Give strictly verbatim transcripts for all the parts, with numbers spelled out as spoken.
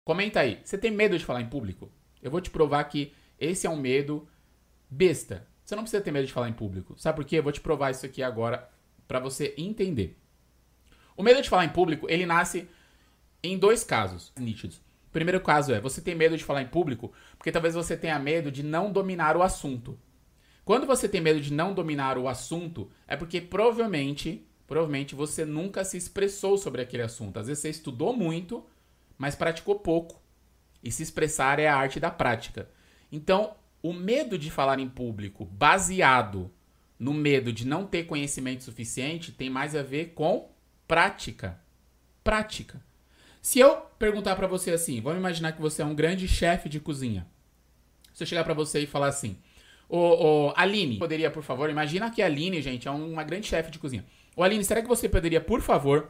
Comenta aí, você tem medo de falar em público? Eu vou te provar que esse é um medo besta. Você não precisa ter medo de falar em público. Sabe por quê? Eu vou te provar isso aqui agora pra você entender. O medo de falar em público, ele nasce em dois casos nítidos. O primeiro caso é, você tem medo de falar em público porque talvez você tenha medo de não dominar o assunto. Quando você tem medo de não dominar o assunto, é porque provavelmente, provavelmente você nunca se expressou sobre aquele assunto. Às vezes você estudou muito, mas praticou pouco. E se expressar é a arte da prática. Então, o medo de falar em público, baseado no medo de não ter conhecimento suficiente, tem mais a ver com prática. Prática. Se eu perguntar pra você assim, vamos imaginar que você é um grande chefe de cozinha. Se eu chegar pra você e falar assim, ô, ô Aline, poderia, por favor, imagina que a Aline, gente, é uma grande chefe de cozinha. Ô Aline, será que você poderia, por favor,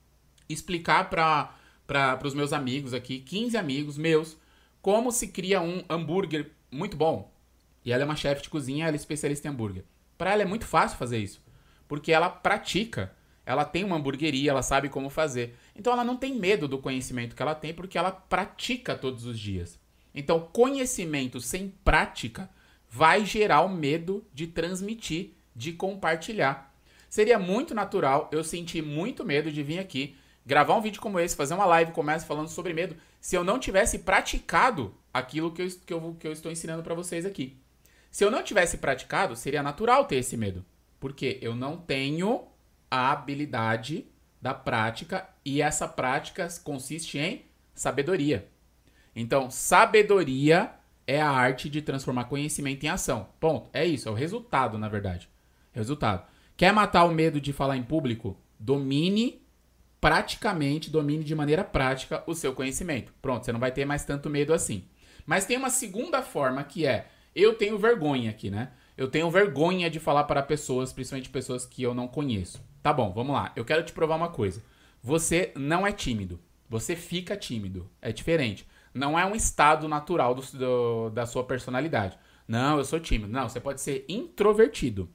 explicar pra... para os meus amigos aqui, quinze amigos meus, como se cria um hambúrguer muito bom. E ela é uma chefe de cozinha, ela é especialista em hambúrguer. Para ela é muito fácil fazer isso, porque ela pratica, ela tem uma hamburgueria, ela sabe como fazer. Então ela não tem medo do conhecimento que ela tem, porque ela pratica todos os dias. Então conhecimento sem prática vai gerar o medo de transmitir, de compartilhar. Seria muito natural eu sentir muito medo de vir aqui, gravar um vídeo como esse, fazer uma live como essa falando sobre medo, se eu não tivesse praticado aquilo que eu, que eu, que eu estou ensinando para vocês aqui. Se eu não tivesse praticado, seria natural ter esse medo. Porque eu não tenho a habilidade da prática e essa prática consiste em sabedoria. Então, sabedoria é a arte de transformar conhecimento em ação. Ponto. É isso, é o resultado, na verdade. Resultado. Quer matar o medo de falar em público? Domine praticamente, domine de maneira prática o seu conhecimento. Pronto, você não vai ter mais tanto medo assim. Mas tem uma segunda forma que é, eu tenho vergonha aqui, né? Eu tenho vergonha de falar para pessoas, principalmente pessoas que eu não conheço. Tá bom, vamos lá. Eu quero te provar uma coisa. Você não é tímido. Você fica tímido. É diferente. Não é um estado natural do, do, da sua personalidade. Não, eu sou tímido. Não, você pode ser introvertido.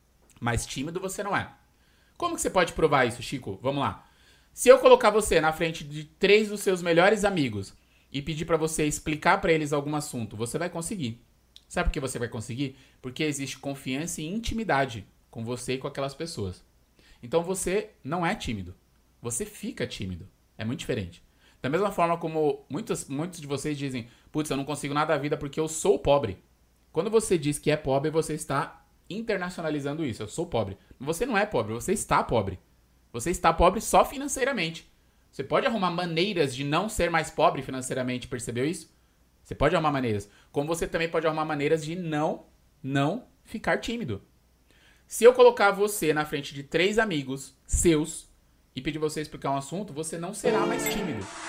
Mas tímido você não é. Como que você pode provar isso, Chico? Vamos lá. Se eu colocar você na frente de três dos seus melhores amigos e pedir pra você explicar pra eles algum assunto, você vai conseguir. Sabe por que você vai conseguir? Porque existe confiança e intimidade com você e com aquelas pessoas. Então você não é tímido. Você fica tímido. É muito diferente. Da mesma forma como muitos, muitos de vocês dizem, putz, eu não consigo nada da vida porque eu sou pobre. Quando você diz que é pobre, você está internacionalizando isso. Eu sou pobre. Você não é pobre, você está pobre. Você está pobre só financeiramente. Você pode arrumar maneiras de não ser mais pobre financeiramente, percebeu isso? Você pode arrumar maneiras. Como você também pode arrumar maneiras de não, não ficar tímido. Se eu colocar você na frente de três amigos seus e pedir você explicar um assunto, você não será mais tímido.